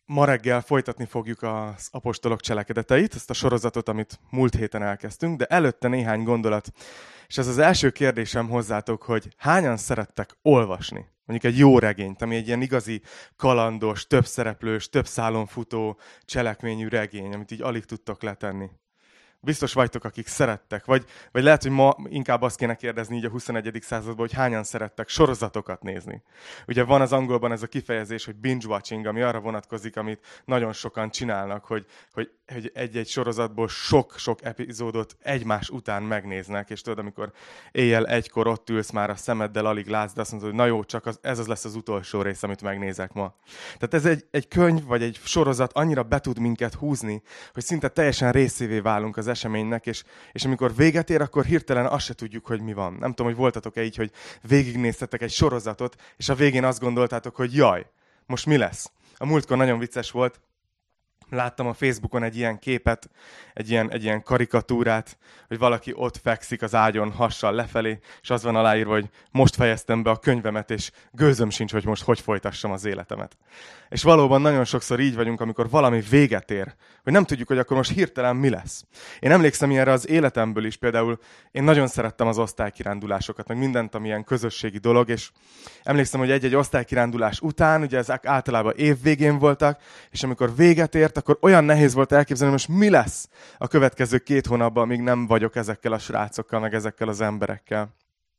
Ma reggel folytatni fogjuk az apostolok cselekedeteit, ezt a sorozatot, amit múlt héten elkezdtünk, de előtte néhány gondolat. És ez az első kérdésem hozzátok, hogy hányan szerettek olvasni? Mondjuk egy jó regényt, ami egy ilyen igazi kalandos, több szereplős, több szálon futó cselekményű regény, amit így alig tudtok letenni. Biztos vagytok, akik szerettek, vagy lehet, hogy ma inkább azt kéne kérdezni így a 21. században, hogy hányan szerettek sorozatokat nézni. Ugye van az angolban ez a kifejezés, hogy binge watching, ami arra vonatkozik, amit nagyon sokan csinálnak, hogy egy-egy sorozatból sok-sok epizódot egymás után megnéznek, és tudod, amikor éjjel egykor ott ülsz már a szemeddel, alig látsz, de azt mondod, hogy na jó, csak ez az lesz az utolsó rész, amit megnézek ma. Tehát ez egy könyv, vagy egy sorozat annyira be tud minket húzni, hogy szinte teljesen részévé válunk az eseménynek, és amikor véget ér, akkor hirtelen azt se tudjuk, hogy mi van. Nem tudom, hogy voltatok-e így, hogy végignéztetek egy sorozatot, és a végén azt gondoltátok, hogy jaj, most mi lesz? A múltkor nagyon vicces volt, láttam a Facebookon egy ilyen képet, egy ilyen karikatúrát, hogy valaki ott fekszik az ágyon hassal lefelé, és az van aláírva, hogy most fejeztem be a könyvemet, és gőzöm sincs, hogy most hogy folytassam az életemet. És valóban nagyon sokszor így vagyunk, amikor valami véget ér, hogy nem tudjuk, hogy akkor most hirtelen mi lesz. Én emlékszem ilyenre az életemből is, például én nagyon szerettem az osztálykirándulásokat, meg mindent, ami ilyen közösségi dolog, és emlékszem, hogy egy-egy osztálykirándulás után, ugye ezek általában évvégén voltak, és amikor véget ért, akkor olyan nehéz volt elképzelni, most mi lesz a következő 2 hónapban, amíg nem vagyok ezekkel a srácokkal, meg ezekkel az emberekkel.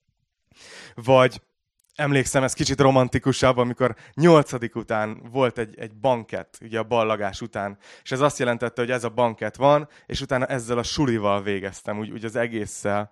Vagy emlékszem, ez kicsit romantikusabb, amikor 8. után volt egy bankett, ugye a ballagás után, és ez azt jelentette, hogy ez a bankett van, és utána ezzel a sulival végeztem, úgy az egésszel.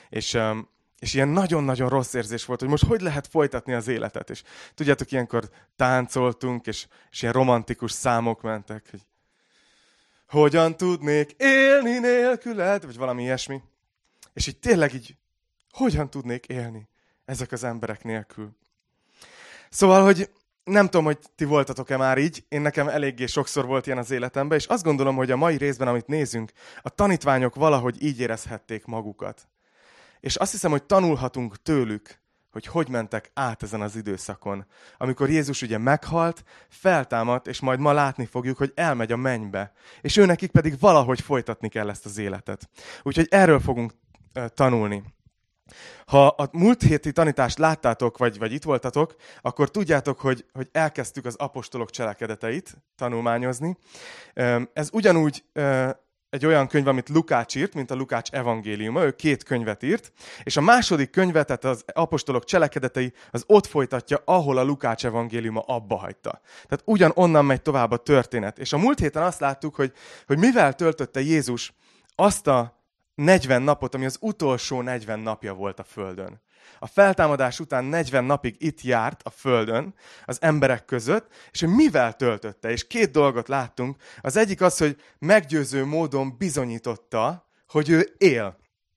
És ilyen nagyon-nagyon rossz érzés volt, hogy most hogy lehet folytatni az életet. És tudjátok, ilyenkor táncoltunk, és ilyen romantikus számok mentek, hogy hogyan tudnék élni nélküled, vagy valami ilyesmi. És így tényleg így, hogyan tudnék élni ezek az emberek nélkül. Szóval, hogy nem tudom, hogy ti voltatok-e már így, én nekem eléggé sokszor volt ilyen az életemben, és azt gondolom, hogy a mai részben, amit nézünk, a tanítványok valahogy így érezhették magukat. És azt hiszem, hogy tanulhatunk tőlük, hogy mentek át ezen az időszakon. Amikor Jézus ugye meghalt, feltámadt, és majd ma látni fogjuk, hogy elmegy a mennybe. És ő nekik pedig valahogy folytatni kell ezt az életet. Úgyhogy erről fogunk tanulni. Ha a múlt héti tanítást láttátok, vagy itt voltatok, akkor tudjátok, hogy elkezdtük az apostolok cselekedeteit tanulmányozni. Ez ugyanúgy egy olyan könyv, amit Lukács írt, mint a Lukács evangéliuma, ő 2 könyvet írt, és a második könyvet, tehát az apostolok cselekedetei, az ott folytatja, ahol a Lukács evangéliuma abba hagyta. Tehát ugyanonnan megy tovább a történet. És a múlt héten azt láttuk, hogy mivel töltötte Jézus azt a 40 napot, ami az utolsó 40 napja volt a Földön. A feltámadás után 40 napig itt járt a Földön, az emberek között, és hogy mivel töltötte. És 2 dolgot láttunk. Az egyik az, hogy meggyőző módon bizonyította, hogy ő él.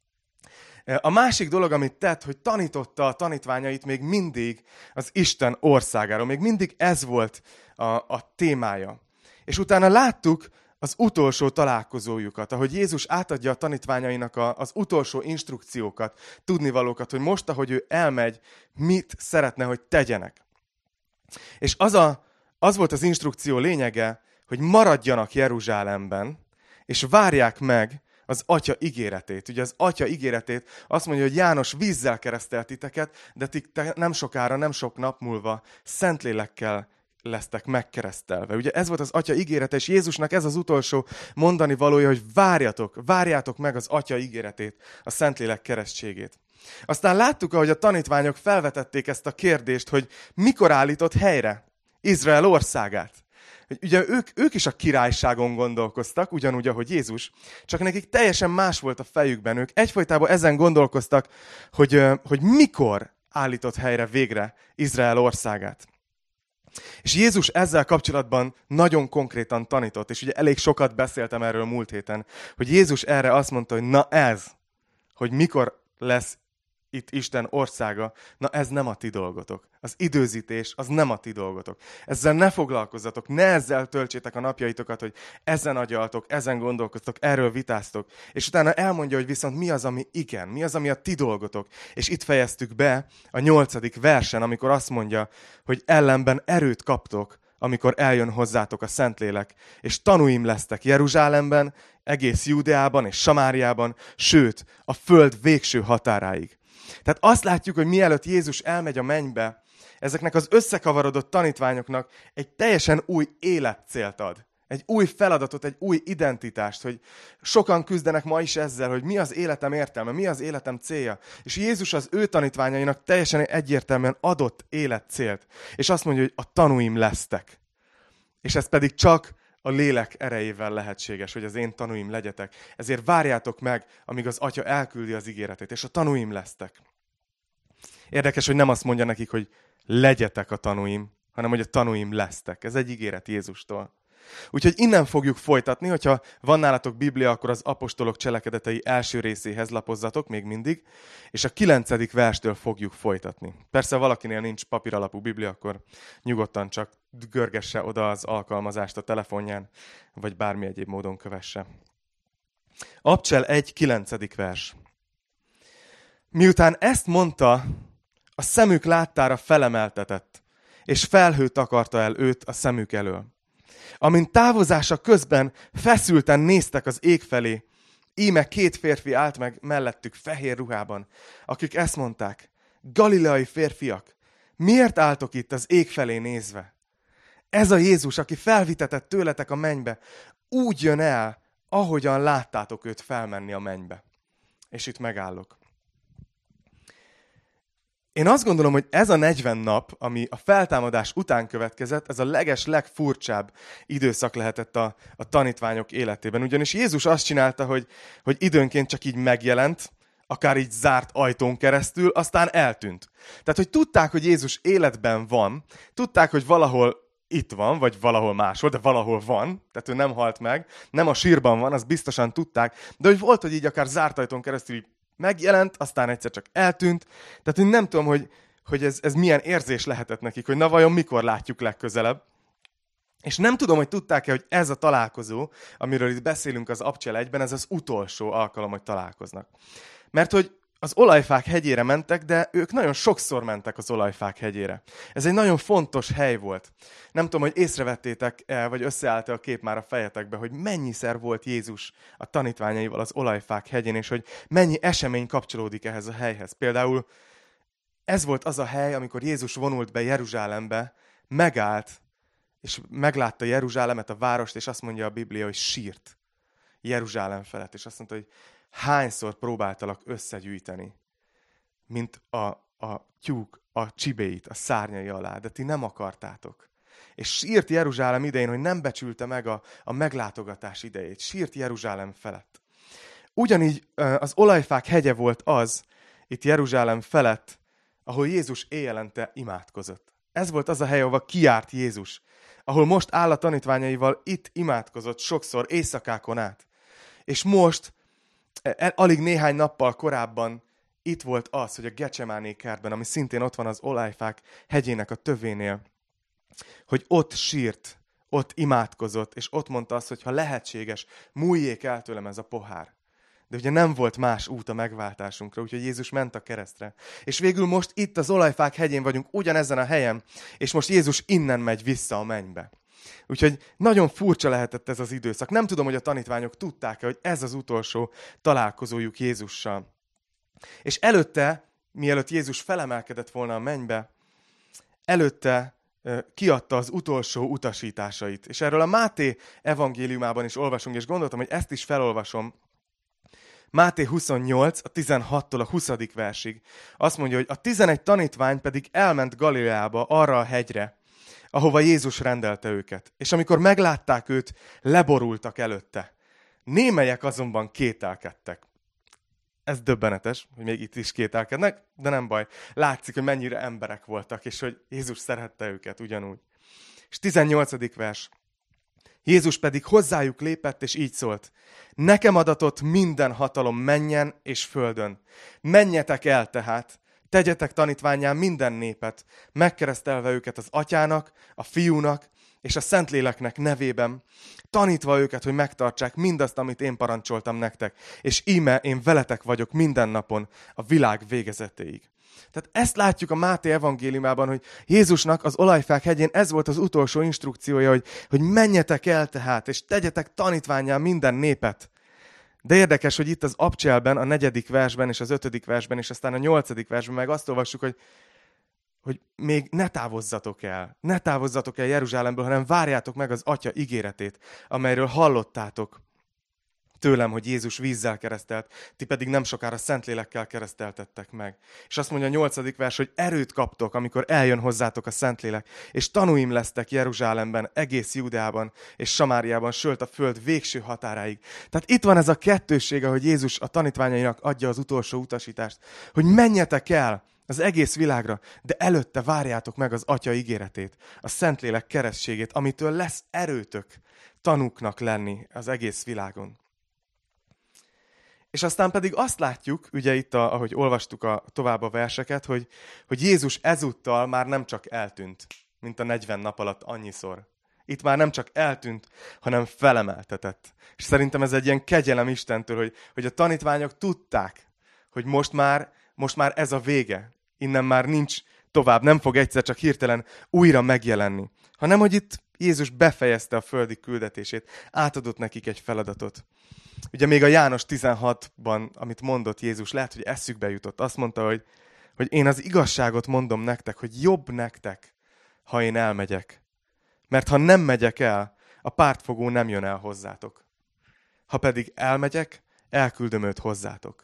A másik dolog, amit tett, hogy tanította a tanítványait még mindig az Isten országáról. Még mindig ez volt a témája. És utána láttuk az utolsó találkozójukat, ahogy Jézus átadja a tanítványainak az utolsó instrukciókat, tudnivalókat, hogy most, ahogy ő elmegy, mit szeretne, hogy tegyenek. És az volt az instrukció lényege, hogy maradjanak Jeruzsálemben, és várják meg az Atya ígéretét. Ugye az Atya ígéretét azt mondja, hogy János vízzel keresztelt titeket, de ti nem sokára, nem sok nap múlva Szentlélekkel lesztek megkeresztelve. Ugye ez volt az Atya ígérete, és Jézusnak ez az utolsó mondani valója, hogy várjátok meg az Atya ígéretét, a Szentlélek keresztségét. Aztán láttuk, ahogy a tanítványok felvetették ezt a kérdést, hogy mikor állított helyre Izrael országát. Ugye ők is a királyságon gondolkoztak, ugyanúgy, ahogy Jézus, csak nekik teljesen más volt a fejükben. Ők egyfolytában ezen gondolkoztak, hogy mikor állított helyre végre Izrael országát. És Jézus ezzel kapcsolatban nagyon konkrétan tanított, és ugye elég sokat beszéltem erről múlt héten, hogy Jézus erre azt mondta, hogy na ez, hogy mikor lesz itt Isten országa, na ez nem a ti dolgotok. Az időzítés, az nem a ti dolgotok. Ezzel ne foglalkozzatok, ne ezzel töltsétek a napjaitokat, hogy ezen agyaltok, ezen gondolkoztok, erről vitáztok. És utána elmondja, hogy viszont mi az, ami igen, mi az, ami a ti dolgotok. És itt fejeztük be a 8. versen, amikor azt mondja, hogy ellenben erőt kaptok, amikor eljön hozzátok a Szentlélek, és tanúim lesztek Jeruzsálemben, egész Júdeában és Samáriában, sőt, a föld végső határáig. Tehát azt látjuk, hogy mielőtt Jézus elmegy a mennybe, ezeknek az összekavarodott tanítványoknak egy teljesen új életcélt ad. Egy új feladatot, egy új identitást, hogy sokan küzdenek ma is ezzel, hogy mi az életem értelme, mi az életem célja. És Jézus az ő tanítványainak teljesen egyértelműen adott életcélt. És azt mondja, hogy a tanúim lesztek. És ez pedig csak a lélek erejével lehetséges, hogy az én tanúim legyetek. Ezért várjátok meg, amíg az Atya elküldi az ígéretét, és a tanúim lesztek. Érdekes, hogy nem azt mondja nekik, hogy legyetek a tanúim, hanem hogy a tanúim lesztek. Ez egy ígéret Jézustól. Úgyhogy innen fogjuk folytatni, hogyha van nálatok Biblia, akkor az apostolok cselekedetei első részéhez lapozzatok még mindig, és a 9. verstől fogjuk folytatni. Persze valakinél nincs papíralapú Biblia, akkor nyugodtan csak görgesse oda az alkalmazást a telefonján, vagy bármi egyéb módon kövesse. Abcsel 1, 9. vers. Miután ezt mondta, a szemük láttára felemeltetett, és felhő takarta el őt a szemük elől. Amint távozása közben feszülten néztek az ég felé, íme 2 férfi állt meg mellettük fehér ruhában, akik ezt mondták: Galileai férfiak, miért álltok itt az ég felé nézve? Ez a Jézus, aki felvitetett tőletek a mennybe, úgy jön el, ahogyan láttátok őt felmenni a mennybe. És itt megállok. Én azt gondolom, hogy ez a 40 nap, ami a feltámadás után következett, ez a legfurcsább időszak lehetett a tanítványok életében. Ugyanis Jézus azt csinálta, hogy időnként csak így megjelent, akár így zárt ajtón keresztül, aztán eltűnt. Tehát, hogy tudták, hogy Jézus életben van, tudták, hogy valahol itt van, vagy valahol máshol, de valahol van, tehát ő nem halt meg, nem a sírban van, azt biztosan tudták, de hogy volt, hogy így akár zárt ajtón keresztül így megjelent, aztán egyszer csak eltűnt. Tehát én nem tudom, hogy ez milyen érzés lehetett nekik, hogy na vajon mikor látjuk legközelebb. És nem tudom, hogy tudták-e, hogy ez a találkozó, amiről itt beszélünk az Abcsel 1-ben, ez az utolsó alkalom, hogy találkoznak. Mert hogy az Olajfák hegyére mentek, de ők nagyon sokszor mentek az Olajfák hegyére. Ez egy nagyon fontos hely volt. Nem tudom, hogy észrevettétek-e, vagy összeállt-e a kép már a fejetekbe, hogy mennyiszer volt Jézus a tanítványaival az Olajfák hegyén, és hogy mennyi esemény kapcsolódik ehhez a helyhez. Például ez volt az a hely, amikor Jézus vonult be Jeruzsálembe, megállt, és meglátta Jeruzsálemet, a várost, és azt mondja a Biblia, hogy sírt Jeruzsálem felett, és azt mondta, hogy hányszor próbáltalak összegyűjteni, mint a tyúk a csibéit, a szárnyai alá, de ti nem akartátok. És sírt Jeruzsálem idején, hogy nem becsülte meg a meglátogatás idejét. Sírt Jeruzsálem felett. Ugyanígy az Olajfák hegye volt az, itt Jeruzsálem felett, ahol Jézus éjjelente imádkozott. Ez volt az a hely, ahova kijárt Jézus, ahol most áll a tanítványaival, itt imádkozott sokszor, éjszakákon át. És most, alig néhány nappal korábban itt volt az, hogy a Gecsemáné kertben, ami szintén ott van az Olajfák hegyének a tövénél, hogy ott sírt, ott imádkozott, és ott mondta azt, hogy ha lehetséges, múljék el tőlem ez a pohár. De ugye nem volt más út a megváltásunkra, úgyhogy Jézus ment a keresztre. És végül most itt az Olajfák hegyén vagyunk, ugyanezen a helyen, és most Jézus innen megy vissza a mennybe. Úgyhogy nagyon furcsa lehetett ez az időszak. Nem tudom, hogy a tanítványok tudták-e, hogy ez az utolsó találkozójuk Jézussal. És előtte, mielőtt Jézus felemelkedett volna a mennybe, előtte kiadta az utolsó utasításait. És erről a Máté evangéliumában is olvasunk, és gondoltam, hogy ezt is felolvasom. Máté 28, a 16-tól a 20. versig. Azt mondja, hogy a 11 tanítvány pedig elment Galileába, arra a hegyre, ahova Jézus rendelte őket. És amikor meglátták őt, leborultak előtte. Némelyek azonban kételkedtek. Ez döbbenetes, hogy még itt is kételkednek, de nem baj. Látszik, hogy mennyire emberek voltak, és hogy Jézus szerette őket ugyanúgy. És 18. vers. Jézus pedig hozzájuk lépett, és így szólt: nekem adatott minden hatalom mennyen és földön. Menjetek el tehát, tegyetek tanítvánnyá minden népet, megkeresztelve őket az Atyának, a Fiúnak és a Szentléleknek nevében, tanítva őket, hogy megtartsák mindazt, amit én parancsoltam nektek, és íme én veletek vagyok minden napon a világ végezetéig. Tehát ezt látjuk a Máté evangéliumában, hogy Jézusnak az olajfák hegyén ez volt az utolsó instrukciója, hogy menjetek el tehát, és tegyetek tanítvánnyá minden népet. De érdekes, hogy itt az Abcselben, a 4. versben és az 5. versben, és aztán a 8. versben meg azt olvassuk, hogy még ne távozzatok el Jeruzsálemből, hanem várjátok meg az Atya ígéretét, amelyről hallottátok tőlem, hogy Jézus vízzel keresztelt, ti pedig nem sokára Szentlélekkel kereszteltettek meg. És azt mondja a 8. vers, hogy erőt kaptok, amikor eljön hozzátok a Szentlélek, és tanúim lesztek Jeruzsálemben, egész Júdeában és Samáriában, sőt a föld végső határáig. Tehát itt van ez a kettőssége, hogy Jézus a tanítványainak adja az utolsó utasítást, hogy menjetek el az egész világra, de előtte várjátok meg az Atya ígéretét, a Szentlélek kerességét, amitől lesz erőtök tanúknak lenni az egész világon. És aztán pedig azt látjuk, ugye itt, ahogy olvastuk tovább a verseket, hogy Jézus ezúttal már nem csak eltűnt, mint a 40 nap alatt annyiszor. Itt már nem csak eltűnt, hanem felemeltetett. És szerintem ez egy ilyen kegyelem Istentől, hogy a tanítványok tudták, hogy most már ez a vége. Innen már nincs tovább, nem fog egyszer csak hirtelen újra megjelenni. Hanem, hogy itt Jézus befejezte a földi küldetését, átadott nekik egy feladatot. Ugye még a János 16-ban, amit mondott Jézus, lehet, hogy eszükbe jutott. Azt mondta, hogy én az igazságot mondom nektek, hogy jobb nektek, ha én elmegyek. Mert ha nem megyek el, a pártfogó nem jön el hozzátok. Ha pedig elmegyek, elküldöm őt hozzátok.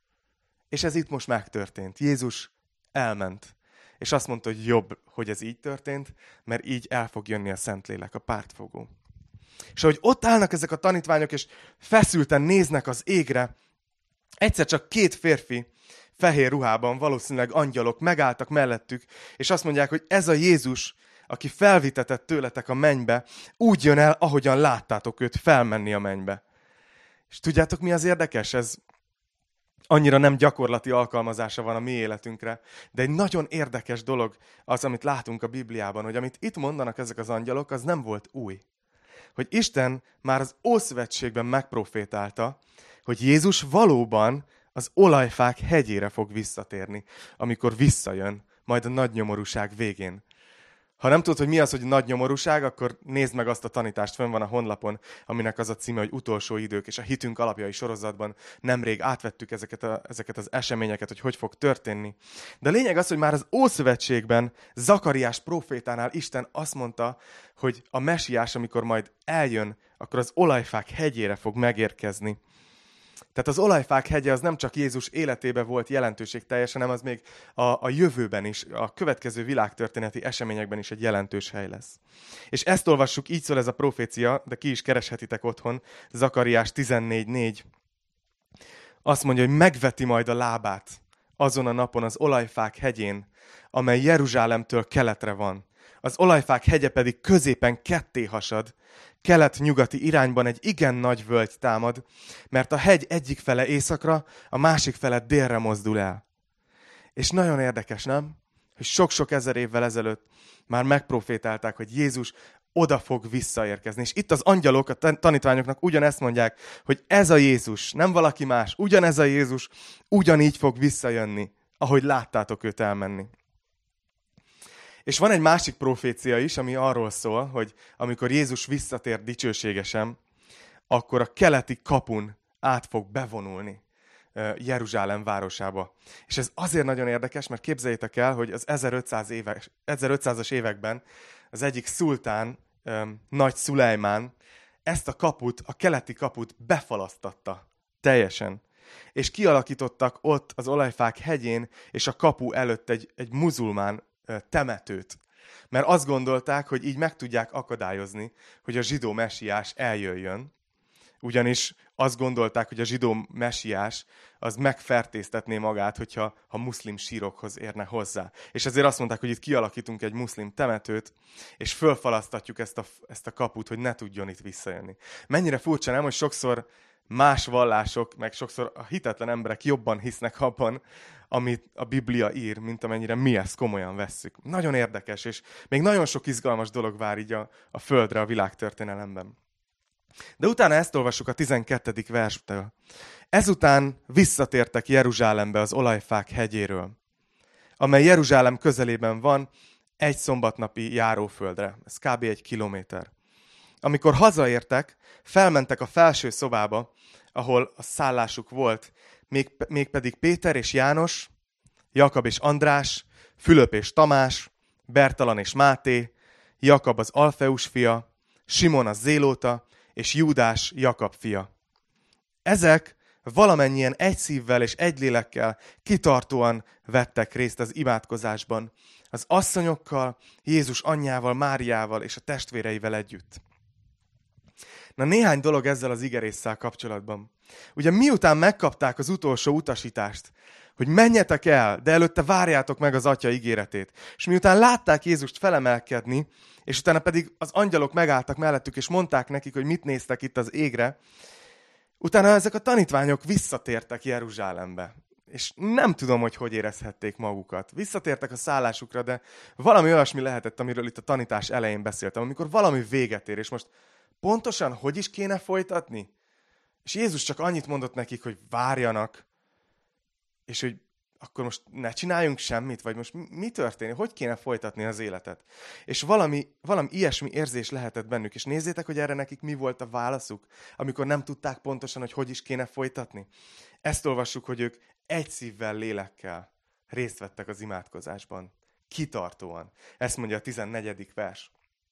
És ez itt most megtörtént. Jézus elment. És azt mondta, hogy jobb, hogy ez így történt, mert így el fog jönni a Szentlélek, a pártfogó. És ahogy ott állnak ezek a tanítványok, és feszülten néznek az égre, egyszer csak 2 férfi fehér ruhában, valószínűleg angyalok megálltak mellettük, és azt mondják, hogy ez a Jézus, aki felvitetett tőletek a mennybe, úgy jön el, ahogyan láttátok őt felmenni a mennybe. És tudjátok, mi az érdekes? Ez annyira nem gyakorlati alkalmazása van a mi életünkre, de egy nagyon érdekes dolog az, amit látunk a Bibliában, hogy amit itt mondanak ezek az angyalok, az nem volt új. Hogy Isten már az Ószövetségben megprofétálta, hogy Jézus valóban az olajfák hegyére fog visszatérni, amikor visszajön, majd a nagy nyomorúság végén. Ha nem tudod, hogy mi az, hogy nagy nyomorúság, akkor nézd meg azt a tanítást, fönn van a honlapon, aminek az a címe, hogy Utolsó idők, és a Hitünk alapjai sorozatban nemrég átvettük ezeket az eseményeket, hogy fog történni. De a lényeg az, hogy már az Ószövetségben, Zakariás prófétánál Isten azt mondta, hogy a mesiás, amikor majd eljön, akkor az olajfák hegyére fog megérkezni. Tehát az olajfák hegye az nem csak Jézus életében volt jelentőségteljesen, hanem az még a jövőben is, a következő világtörténeti eseményekben is egy jelentős hely lesz. És ezt olvassuk, így szól ez a profécia, de ki is kereshetitek otthon, Zakariás 14:4. Azt mondja, hogy megveti majd a lábát azon a napon az olajfák hegyén, amely Jeruzsálemtől keletre van. Az olajfák hegye pedig középen ketté hasad, kelet-nyugati irányban egy igen nagy völgy támad, mert a hegy egyik fele északra, a másik fele délre mozdul el. És nagyon érdekes, nem? Hogy sok-sok ezer évvel ezelőtt már megprofétálták, hogy Jézus oda fog visszaérkezni. És itt az angyalok, a tanítványoknak ugyanezt mondják, hogy ez a Jézus, nem valaki más, ugyanez a Jézus ugyanígy fog visszajönni, ahogy láttátok őt elmenni. És van egy másik profécia is, ami arról szól, hogy amikor Jézus visszatér dicsőségesen, akkor a keleti kapun át fog bevonulni Jeruzsálem városába. És ez azért nagyon érdekes, mert képzeljétek el, hogy az 1500-as években az egyik szultán, Nagy Szulejmán ezt a kaput, a keleti kaput befalasztatta teljesen. És kialakítottak ott az olajfák hegyén és a kapu előtt egy muzulmán temetőt. Mert azt gondolták, hogy így meg tudják akadályozni, hogy a zsidó mesiás eljöjjön. Ugyanis azt gondolták, hogy a zsidó mesiás az megfertőztetné magát, hogyha muszlim sírokhoz érne hozzá. És ezért azt mondták, hogy itt kialakítunk egy muszlim temetőt, és fölfalasztatjuk ezt a kaput, hogy ne tudjon itt visszajönni. Mennyire furcsa, nem, hogy sokszor más vallások, meg sokszor a hitetlen emberek jobban hisznek abban, amit a Biblia ír, mint amennyire mi ezt komolyan vesszük. Nagyon érdekes, és még nagyon sok izgalmas dolog vár így a földre, a világtörténelemben. De utána ezt olvassuk a 12. verstől. Ezután visszatértek Jeruzsálembe az olajfák hegyéről. amely Jeruzsálem közelében van, egy szombatnapi járóföldre. Ez kb. 1 kilométer. Amikor hazaértek, felmentek a felső szobába, ahol a szállásuk volt, mégpedig Péter és János, Jakab és András, Fülöp és Tamás, Bertalan és Máté, Jakab az Alfeus fia, Simon a Zélóta, és Júdás Jakab fia. Ezek valamennyien egy szívvel és egy lélekkel kitartóan vettek részt az imádkozásban, az asszonyokkal, Jézus anyjával, Máriával és a testvéreivel együtt. Na néhány dolog ezzel az igerésszel kapcsolatban. Ugye miután megkapták az utolsó utasítást, hogy menjetek el, de előtte várjátok meg az Atya ígéretét. És miután látták Jézust felemelkedni, és utána pedig az angyalok megálltak mellettük, és mondták nekik, hogy mit néztek itt az égre, utána ezek a tanítványok visszatértek Jeruzsálembe. És nem tudom, hogy érezhették magukat. Visszatértek a szállásukra, de valami olyasmi lehetett, amiről itt a tanítás elején beszéltem, amikor valami véget ér, és most pontosan hogy is kéne folytatni? És Jézus csak annyit mondott nekik, hogy várjanak, és hogy akkor most ne csináljunk semmit, vagy most mi történik? Hogy kéne folytatni az életet? És valami ilyesmi érzés lehetett bennük. És nézzétek, hogy erre nekik mi volt a válaszuk, amikor nem tudták pontosan, hogy is kéne folytatni. Ezt olvassuk, hogy ők egy szívvel, lélekkel részt vettek az imádkozásban. Kitartóan. Ezt mondja a 14. vers.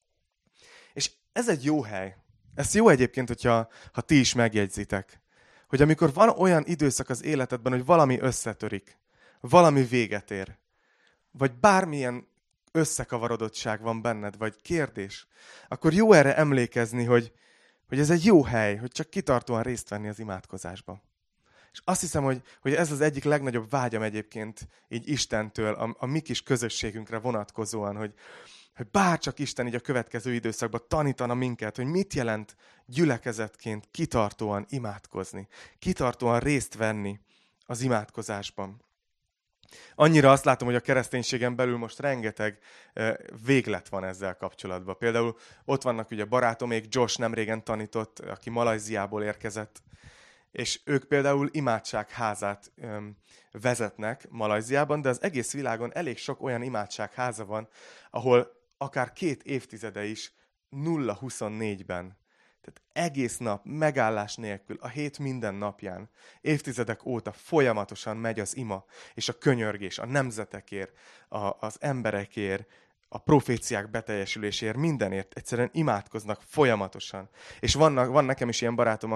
És ez egy jó hely. Ez jó egyébként, hogyha ti is megjegyzitek. Hogy amikor van olyan időszak az életedben, hogy valami összetörik, valami véget ér, vagy bármilyen összekavarodottság van benned, vagy kérdés, akkor jó erre emlékezni, hogy ez egy jó hely, hogy csak kitartóan részt venni az imádkozásban. És azt hiszem, hogy ez az egyik legnagyobb vágyam egyébként így Istentől, a mi kis közösségünkre vonatkozóan, hogy bárcsak Isten így a következő időszakban tanítana minket, hogy mit jelent gyülekezetként kitartóan imádkozni, kitartóan részt venni az imádkozásban. Annyira azt látom, hogy a kereszténységen belül most rengeteg véglet van ezzel kapcsolatban. Például ott vannak ugye barátomék, Josh nemrégen tanított, aki Malajziából érkezett, és ők például imádságházát vezetnek Malajziában, de az egész világon elég sok olyan imádságháza van, ahol akár 2 évtizede is 0-24-ben. Tehát egész nap, megállás nélkül, a hét minden napján, évtizedek óta folyamatosan megy az ima, és a könyörgés a nemzetekért, az emberekért, a proféciák beteljesüléséért, mindenért egyszerűen imádkoznak folyamatosan. És van nekem is ilyen barátom,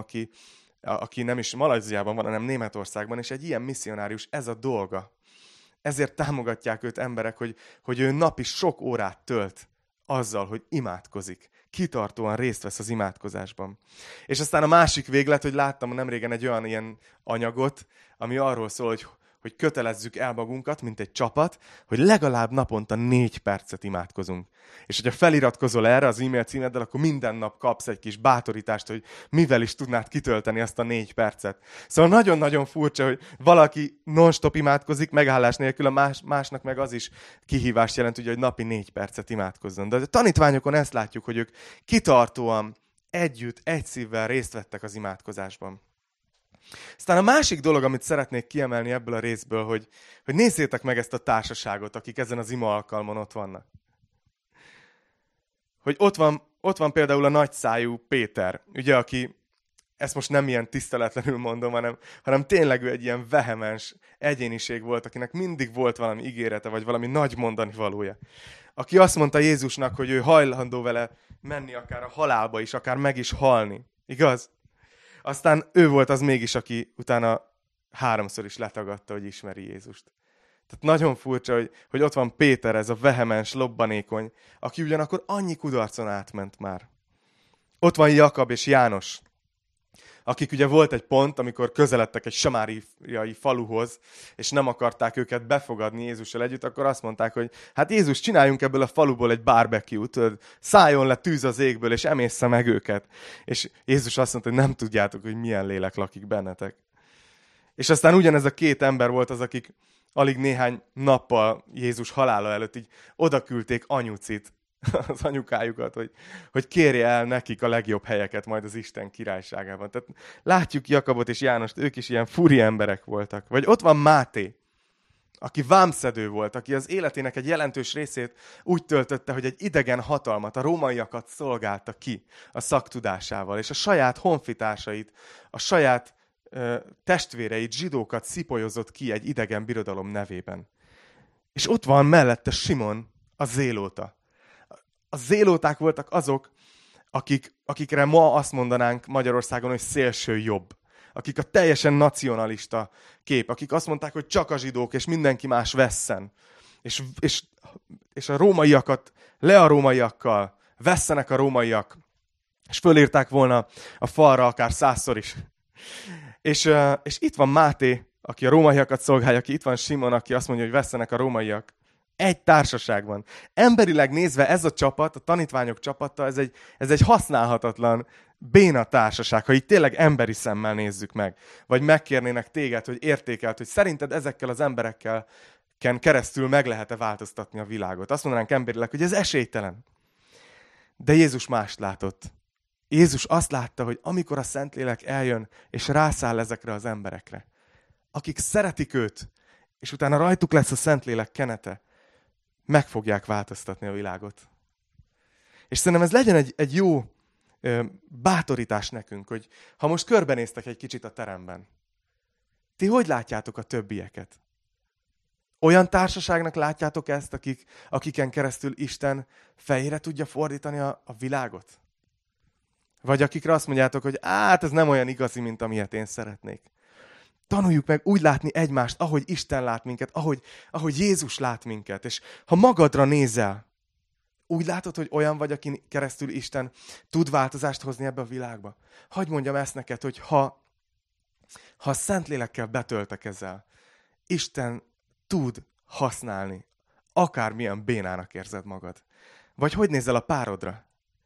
aki nem is Malajziában van, hanem Németországban, és egy ilyen misszionárius, ez a dolga. Ezért támogatják őt emberek, hogy ő napi sok órát tölt azzal, hogy imádkozik. Kitartóan részt vesz az imádkozásban. És aztán a másik véglet, hogy láttam nemrégen egy olyan ilyen anyagot, ami arról szól, hogy kötelezzük el magunkat, mint egy csapat, hogy legalább naponta 4 percet imádkozunk. És hogyha feliratkozol erre az e-mail címeddel, akkor minden nap kapsz egy kis bátorítást, hogy mivel is tudnád kitölteni azt a 4 percet. Szóval nagyon-nagyon furcsa, hogy valaki non-stop imádkozik, megállás nélkül, a másnak meg az is kihívást jelent, ugye, hogy napi 4 percet imádkozzon. De a tanítványokon ezt látjuk, hogy ők kitartóan, együtt, egy szívvel részt vettek az imádkozásban. Aztán a másik dolog, amit szeretnék kiemelni ebből a részből, hogy nézzétek meg ezt a társaságot, akik ezen az ima alkalmon ott vannak. Hogy ott van például a nagyszájú Péter, ugye, aki, ezt most nem ilyen tiszteletlenül mondom, hanem tényleg ő egy ilyen vehemens egyéniség volt, akinek mindig volt valami ígérete, vagy valami nagy mondani valója. Aki azt mondta Jézusnak, hogy ő hajlandó vele menni akár a halálba is, akár meg is halni. Igaz? Aztán ő volt az mégis, aki utána 3-szor is letagadta, hogy ismeri Jézust. Tehát nagyon furcsa, hogy ott van Péter, ez a vehemens, lobbanékony, aki ugyanakkor annyi kudarcon átment már. Ott van Jakab és János, akik ugye volt egy pont, amikor közeledtek egy samáriai faluhoz, és nem akarták őket befogadni Jézussal együtt, akkor azt mondták, hogy hát Jézus, csináljunk ebből a faluból egy barbecue-t, szálljon le tűz az égből, és eméssze meg őket. És Jézus azt mondta, hogy nem tudjátok, hogy milyen lélek lakik bennetek. És aztán ugyanez a 2 ember volt az, akik alig néhány nappal Jézus halála előtt így odaküldték anyucit, az anyukájukat, hogy kérje el nekik a legjobb helyeket majd az Isten királyságában. Tehát látjuk Jakabot és Jánost, ők is ilyen furi emberek voltak. Vagy ott van Máté, aki vámszedő volt, aki az életének egy jelentős részét úgy töltötte, hogy egy idegen hatalmat, a rómaiakat szolgálta ki a szaktudásával, és a saját honfitársait, a saját testvéreit, zsidókat szipolyozott ki egy idegen birodalom nevében. És ott van mellette Simon, a zélóta. A zélóták voltak azok, akikre ma azt mondanánk Magyarországon, hogy szélső jobb. Akik a teljesen nacionalista kép, akik azt mondták, hogy csak a zsidók, és mindenki más vesszen. És a rómaiakat le a rómaiakkal, vesszenek a rómaiak. És fölírták volna a falra akár 100-szor is. És itt van Máté, aki a rómaiakat szolgálja, aki itt van Simon, aki azt mondja, hogy vesszenek a rómaiak. Egy társaságban. Emberileg nézve ez a csapat, a tanítványok csapata, ez egy használhatatlan, béna társaság, ha így tényleg emberi szemmel nézzük meg. Vagy megkérnének téged, hogy értékelt, hogy szerinted ezekkel az emberekkel keresztül meg lehet-e változtatni a világot. Azt mondanánk emberileg, hogy ez esélytelen. De Jézus mást látott. Jézus azt látta, hogy amikor a Szentlélek eljön, és rászáll ezekre az emberekre, akik szeretik őt, és utána rajtuk lesz a Szentlélek kenete, meg fogják változtatni a világot. És szerintem ez legyen egy jó bátorítás nekünk, hogy ha most körbenéztek egy kicsit a teremben, ti hogy látjátok a többieket? Olyan társaságnak látjátok ezt, akiken keresztül Isten fejére tudja fordítani a világot? Vagy akikre azt mondjátok, hogy ez nem olyan igazi, mint amilyet én szeretnék. Tanuljuk meg úgy látni egymást, ahogy Isten lát minket, ahogy Jézus lát minket. És ha magadra nézel, úgy látod, hogy olyan vagy, akin keresztül Isten tud változást hozni ebbe a világba. Hadd mondjam ezt neked, hogy ha a Szentlélekkel betöltekezel, Isten tud használni, akármilyen bénának érzed magad. Vagy hogy nézel a párodra?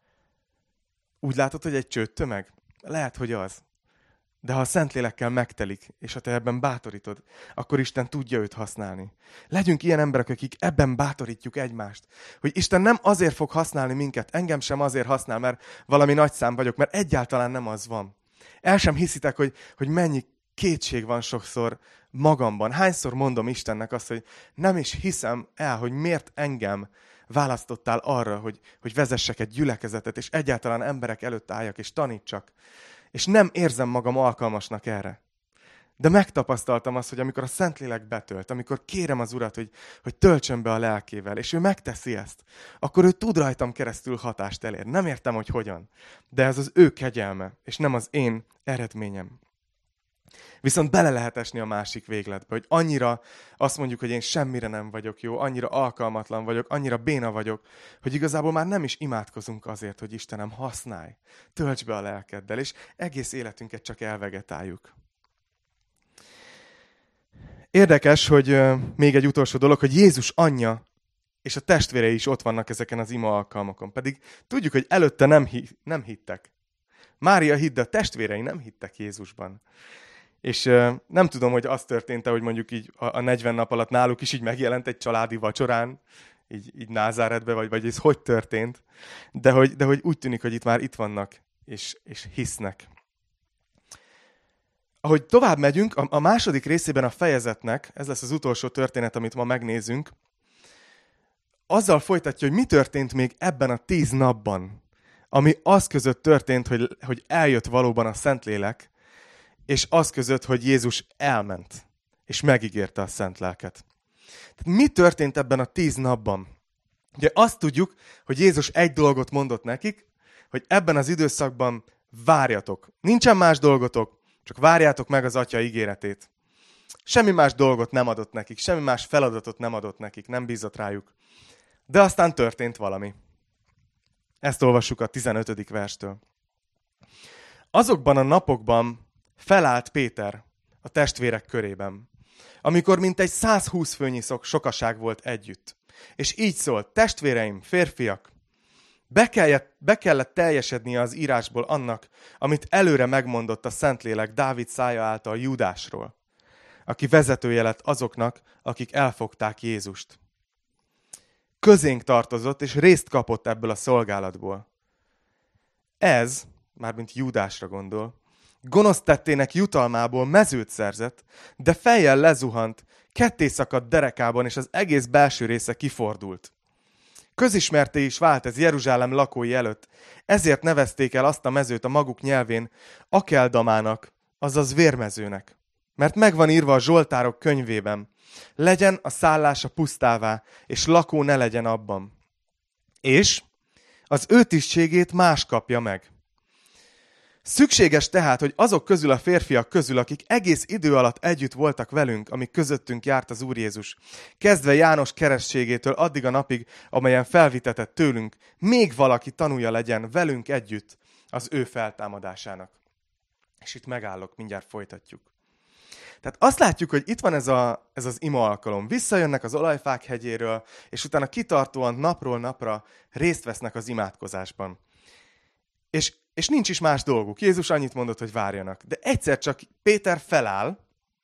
Úgy látod, hogy egy csőttömeg? Lehet, hogy az. De ha a Szentlélekkel megtelik, és ha te ebben bátorítod, akkor Isten tudja őt használni. Legyünk ilyen emberek, akik ebben bátorítjuk egymást. Hogy Isten nem azért fog használni minket, engem sem azért használ, mert valami nagy szám vagyok, mert egyáltalán nem az van. El sem hiszitek, hogy mennyi kétség van sokszor magamban. Hányszor mondom Istennek azt, hogy nem is hiszem el, hogy miért engem választottál arra, hogy vezessek egy gyülekezetet, és egyáltalán emberek előtt álljak, és tanítsak. És nem érzem magam alkalmasnak erre. De megtapasztaltam azt, hogy amikor a Szentlélek betölt, amikor kérem az Urat, hogy töltsön be a lelkével, és ő megteszi ezt, akkor ő tud rajtam keresztül hatást elérni. Nem értem, hogy hogyan. De ez az ő kegyelme, és nem az én eredményem. Viszont bele lehet esni a másik végletbe, hogy annyira azt mondjuk, hogy én semmire nem vagyok jó, annyira alkalmatlan vagyok, annyira béna vagyok, hogy igazából már nem is imádkozunk azért, hogy Istenem, használj, tölts be a lelkeddel, és egész életünket csak elvegetáljuk. Érdekes, hogy még egy utolsó dolog, hogy Jézus anyja és a testvérei is ott vannak ezeken az ima alkalmakon. Pedig tudjuk, hogy előtte nem hittek. Mária hitt, de a testvérei nem hittek Jézusban. És nem tudom, hogy az történt-e, hogy mondjuk így a 40 nap alatt náluk is így megjelent egy családi vacsorán, így Názáretbe, vagy ez hogy történt. De hogy úgy tűnik, hogy itt már itt vannak, és hisznek. Ahogy tovább megyünk, a második részében a fejezetnek, ez lesz az utolsó történet, amit ma megnézünk, azzal folytatja, hogy mi történt még ebben a 10 napban, ami az között történt, hogy eljött valóban a Szentlélek, és az között, hogy Jézus elment, és megígérte a Szent Lelket. Tehát mi történt ebben a 10 napban? Ugye azt tudjuk, hogy Jézus egy dolgot mondott nekik, hogy ebben az időszakban várjatok. Nincsen más dolgotok, csak várjátok meg az Atya ígéretét. Semmi más dolgot nem adott nekik, semmi más feladatot nem adott nekik, nem bízott rájuk. De aztán történt valami. Ezt olvassuk a 15. verstől. Azokban a napokban felállt Péter a testvérek körében, amikor mintegy 120 főnyi sokaság volt együtt. És így szólt: testvéreim, férfiak, be kellett teljesednie az írásból annak, amit előre megmondott a Szentlélek Dávid szája által Júdásról, aki vezetője lett azoknak, akik elfogták Jézust. Közénk tartozott, és részt kapott ebből a szolgálatból. Ez, mármint Júdásra gondol, gonosz tettének jutalmából mezőt szerzett, de fejjel lezuhant, ketté szakadt derekában, és az egész belső része kifordult. Közismerté is vált ez Jeruzsálem lakói előtt, ezért nevezték el azt a mezőt a maguk nyelvén Akeldamának, azaz vérmezőnek. Mert megvan írva a Zsoltárok könyvében, legyen a szállása pusztává, és lakó ne legyen abban. És az ő tisztségét más kapja meg. Szükséges tehát, hogy azok közül a férfiak közül, akik egész idő alatt együtt voltak velünk, amíg közöttünk járt az Úr Jézus, kezdve János keresztségétől addig a napig, amelyen felvitetett tőlünk, még valaki tanúja legyen velünk együtt az ő feltámadásának. És itt megállok, mindjárt folytatjuk. Tehát azt látjuk, hogy itt van ez az ima alkalom. Visszajönnek az olajfák hegyéről, és utána kitartóan napról napra részt vesznek az imádkozásban. És nincs is más dolguk. Jézus annyit mondott, hogy várjanak. De egyszer csak Péter feláll,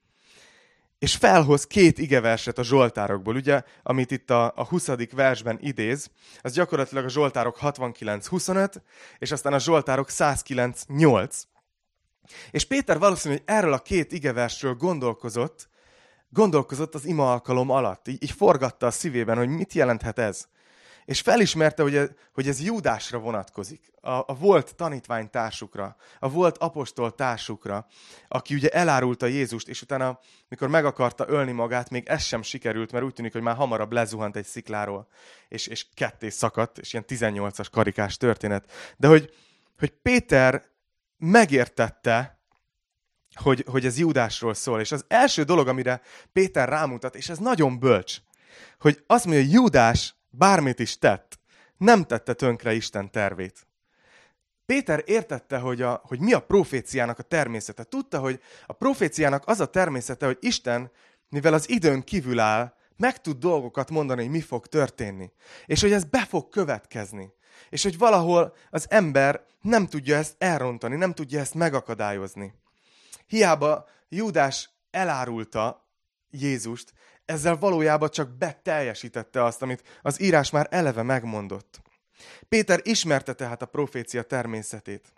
és felhoz 2 igeverset a Zsoltárokból. Ugye, amit itt a 20. versben idéz, az gyakorlatilag a Zsoltárok 69-25, és aztán a Zsoltárok 109-8. És Péter valószínűleg erről a 2 igeversről gondolkozott az ima alkalom alatt. Így forgatta a szívében, hogy mit jelenthet ez. És felismerte, hogy ez Júdásra vonatkozik. A volt tanítványtársukra, a volt apostol társukra, aki ugye elárulta Jézust, és utána, mikor meg akarta ölni magát, még ez sem sikerült, mert úgy tűnik, hogy már hamarabb lezuhant egy szikláról, és ketté szakadt, és ilyen 18-as karikás történet. De hogy Péter megértette, hogy ez Júdásról szól. És az első dolog, amire Péter rámutat, és ez nagyon bölcs, hogy azt mondja, hogy Júdás bármit is tett, nem tette tönkre Isten tervét. Péter értette, hogy mi a proféciának a természete. Tudta, hogy a proféciának az a természete, hogy Isten, mivel az időn kívül áll, meg tud dolgokat mondani, hogy mi fog történni. És hogy ez be fog következni. És hogy valahol az ember nem tudja ezt elrontani, nem tudja ezt megakadályozni. Hiába Júdás elárulta Jézust, ezzel valójában csak beteljesítette azt, amit az írás már eleve megmondott. Péter ismerte tehát a profécia természetét.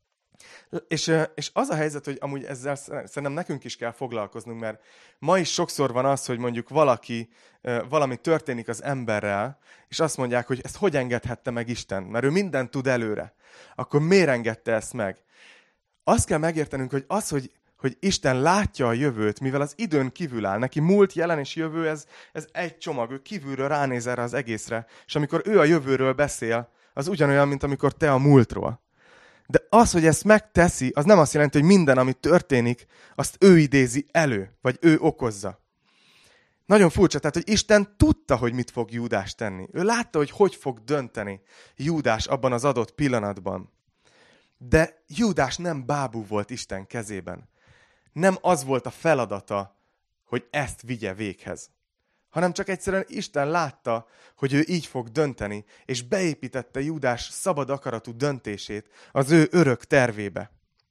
És az a helyzet, hogy amúgy ezzel szerintem nekünk is kell foglalkoznunk, mert ma is sokszor van az, hogy mondjuk valami történik az emberrel, és azt mondják, hogy ezt hogy engedhette meg Isten, mert ő mindent tud előre. Akkor miért engedte ezt meg? Azt kell megértenünk, hogy hogy Isten látja a jövőt, mivel az időn kívül áll. Neki múlt, jelen és jövő, ez egy csomag. Ő kívülről ránéz erre az egészre. És amikor ő a jövőről beszél, az ugyanolyan, mint amikor te a múltról. De az, hogy ezt megteszi, az nem azt jelenti, hogy minden, ami történik, azt ő idézi elő, vagy ő okozza. Nagyon furcsa, tehát, hogy Isten tudta, hogy mit fog Júdás tenni. Ő látta, hogy fog dönteni Júdás abban az adott pillanatban. De Júdás nem bábú volt Isten kezében. Nem az volt a feladata, hogy ezt vigye véghez. Hanem csak egyszerűen Isten látta, hogy ő így fog dönteni, és beépítette Júdás szabad akaratú döntését az ő örök tervébe.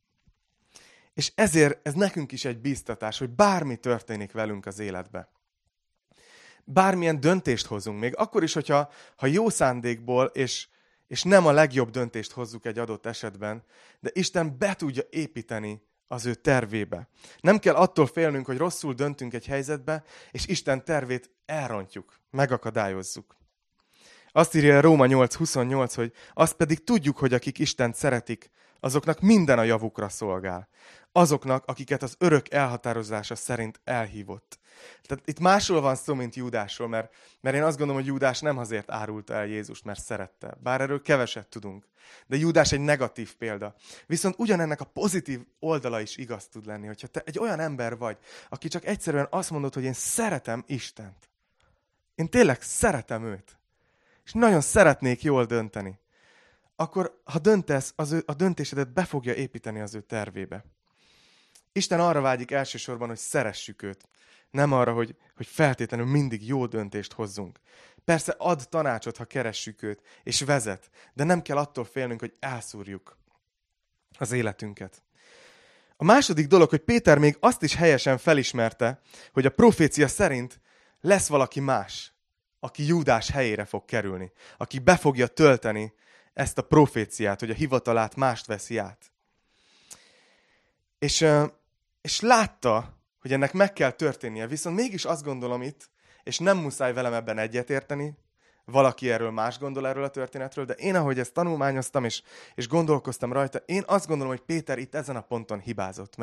És ezért ez nekünk is egy bíztatás, hogy bármi történik velünk az életbe. Bármilyen döntést hozunk, még akkor is, hogyha jó szándékból, és nem a legjobb döntést hozzuk egy adott esetben, de Isten be tudja építeni az ő tervébe. Nem kell attól félnünk, hogy rosszul döntünk egy helyzetbe, és Isten tervét elrontjuk, megakadályozzuk. Azt írja Róma 8:28, hogy azt pedig tudjuk, hogy akik Istent szeretik, azoknak minden a javukra szolgál. Azoknak, akiket az örök elhatározása szerint elhívott. Tehát itt másról van szó, mint Júdásról, mert én azt gondolom, hogy Júdás nem azért árulta el Jézust, mert szerette. Bár erről keveset tudunk. De Júdás egy negatív példa. Viszont ugyanennek a pozitív oldala is igaz tud lenni, hogyha te egy olyan ember vagy, aki csak egyszerűen azt mondod, hogy én szeretem Istent. Én tényleg szeretem őt. És nagyon szeretnék jól dönteni. Akkor, ha döntesz, a döntésedet be fogja építeni az ő tervébe. Isten arra vágyik elsősorban, hogy szeressük őt. Nem arra, hogy feltétlenül mindig jó döntést hozzunk. Persze ad tanácsot, ha keressük őt, és vezet, de nem kell attól félnünk, hogy elszúrjuk az életünket. A második dolog, hogy Péter még azt is helyesen felismerte, hogy a profécia szerint lesz valaki más, aki Júdás helyére fog kerülni, aki be fogja tölteni ezt a proféciát, hogy a hivatalát mást veszi át. És látta, hogy ennek meg kell történnie. Viszont mégis azt gondolom itt, és nem muszáj velem ebben egyetérteni, valaki erről más gondol erről a történetről, de én, ahogy ezt tanulmányoztam, és gondolkoztam rajta, én azt gondolom, hogy Péter itt ezen a ponton hibázott,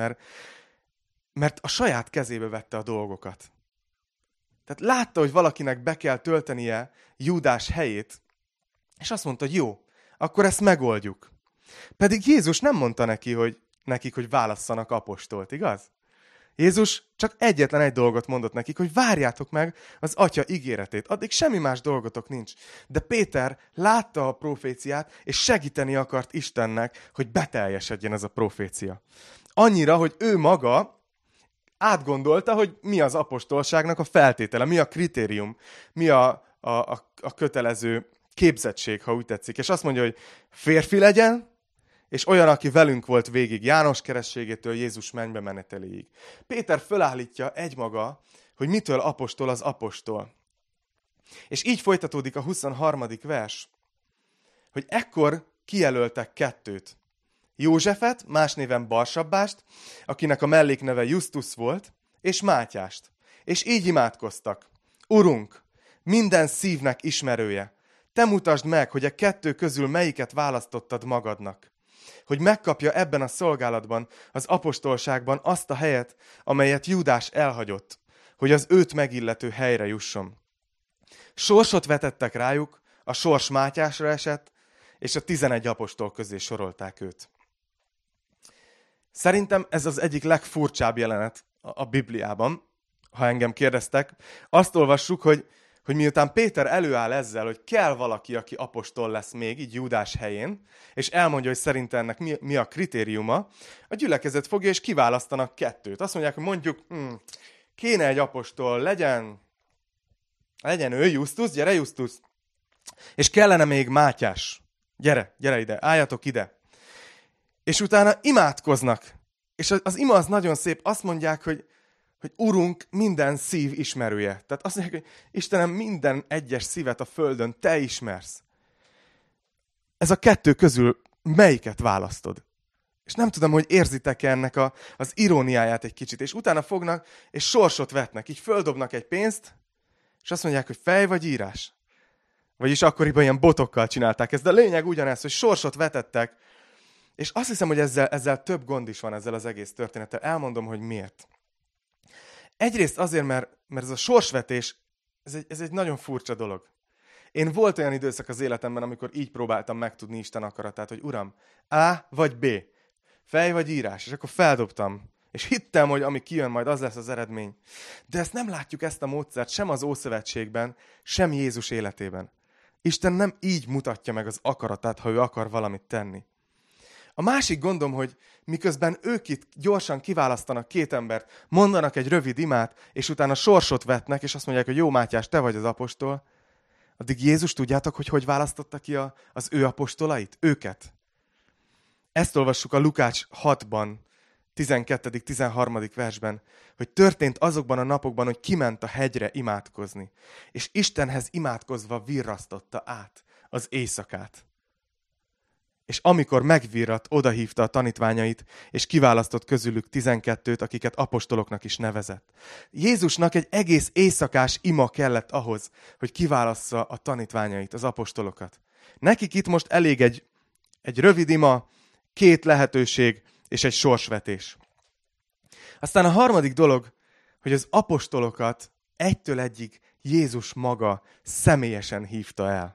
mert a saját kezébe vette a dolgokat. Tehát látta, hogy valakinek be kell töltenie Júdás helyét, és azt mondta, hogy jó, akkor ezt megoldjuk. Pedig Jézus nem mondta nekik, hogy válasszanak apostolt, igaz? Jézus csak egyetlen egy dolgot mondott nekik, hogy várjátok meg az Atya ígéretét. Addig semmi más dolgotok nincs. De Péter látta a proféciát, és segíteni akart Istennek, hogy beteljesedjen ez a profécia. Annyira, hogy ő maga átgondolta, hogy mi az apostolságnak a feltétele, mi a kritérium, mi a kötelező képzettség, ha úgy tetszik. És azt mondja, hogy férfi legyen, és olyan, aki velünk volt végig, János kerességétől Jézus mennybe meneteléig. Péter fölállítja egymaga, hogy mitől apostol az apostol. És így folytatódik a 23. vers, hogy ekkor kijelöltek kettőt. Józsefet, más néven Barsabbást, akinek a mellékneve Justus volt, és Mátyást. És így imádkoztak. Urunk, minden szívnek ismerője, te mutasd meg, hogy a kettő közül melyiket választottad magadnak, hogy megkapja ebben a szolgálatban, az apostolságban azt a helyet, amelyet Júdás elhagyott, hogy az őt megillető helyre jusson. Sorsot vetettek rájuk, a sors Mátyásra esett, és a 11 apostol közé sorolták őt. Szerintem ez az egyik legfurcsább jelenet a Bibliában, ha engem kérdeztek. Azt olvassuk, hogy miután Péter előáll ezzel, hogy kell valaki, aki apostol lesz még, így Júdás helyén, és elmondja, hogy szerint ennek mi a kritériuma, a gyülekezet fogja, és kiválasztanak kettőt. Azt mondják, hogy mondjuk, kéne egy apostol, legyen ő, Justus, gyere Justus, és kellene még Mátyás. Gyere ide, álljatok ide. És utána imádkoznak. És az ima az nagyon szép, azt mondják, hogy Urunk, minden szív ismerője. Tehát azt mondják, hogy Istenem, minden egyes szívet a földön te ismersz. Ez a kettő közül melyiket választod? És nem tudom, hogy érzitek-e ennek az iróniáját egy kicsit. És utána fognak, és sorsot vetnek. Így földobnak egy pénzt, és azt mondják, hogy fej vagy írás. Vagyis akkoriban ilyen botokkal csinálták ezt. De a lényeg ugyanez, hogy sorsot vetettek. És azt hiszem, hogy ezzel több gond is van ezzel az egész történettel. Elmondom, hogy miért. Egyrészt azért, mert ez a sorsvetés, ez egy nagyon furcsa dolog. Én volt olyan időszak az életemben, amikor így próbáltam megtudni Isten akaratát, hogy Uram, A vagy B, fej vagy írás, és akkor feldobtam. És hittem, hogy ami kijön, majd az lesz az eredmény. De ezt nem látjuk, ezt a módszert sem az Ószövetségben, sem Jézus életében. Isten nem így mutatja meg az akaratát, ha ő akar valamit tenni. A másik gondom, hogy miközben ők itt gyorsan kiválasztanak két embert, mondanak egy rövid imát, és utána sorsot vetnek, és azt mondják, hogy jó Mátyás, te vagy az apostol, addig Jézus tudjátok, hogy választotta ki az ő apostolait? Őket. Ezt olvassuk a Lukács 6-ban, 12.-13. versben, hogy történt azokban a napokban, hogy kiment a hegyre imádkozni, és Istenhez imádkozva virrasztotta át az éjszakát. És amikor megvirrat, odahívta a tanítványait, és kiválasztott közülük 12-t, akiket apostoloknak is nevezett. Jézusnak egy egész éjszakás ima kellett ahhoz, hogy kiválassza a tanítványait, az apostolokat. Nekik itt most elég egy rövid ima, 2 lehetőség és egy sorsvetés. Aztán a harmadik dolog, hogy az apostolokat egytől egyig Jézus maga személyesen hívta el.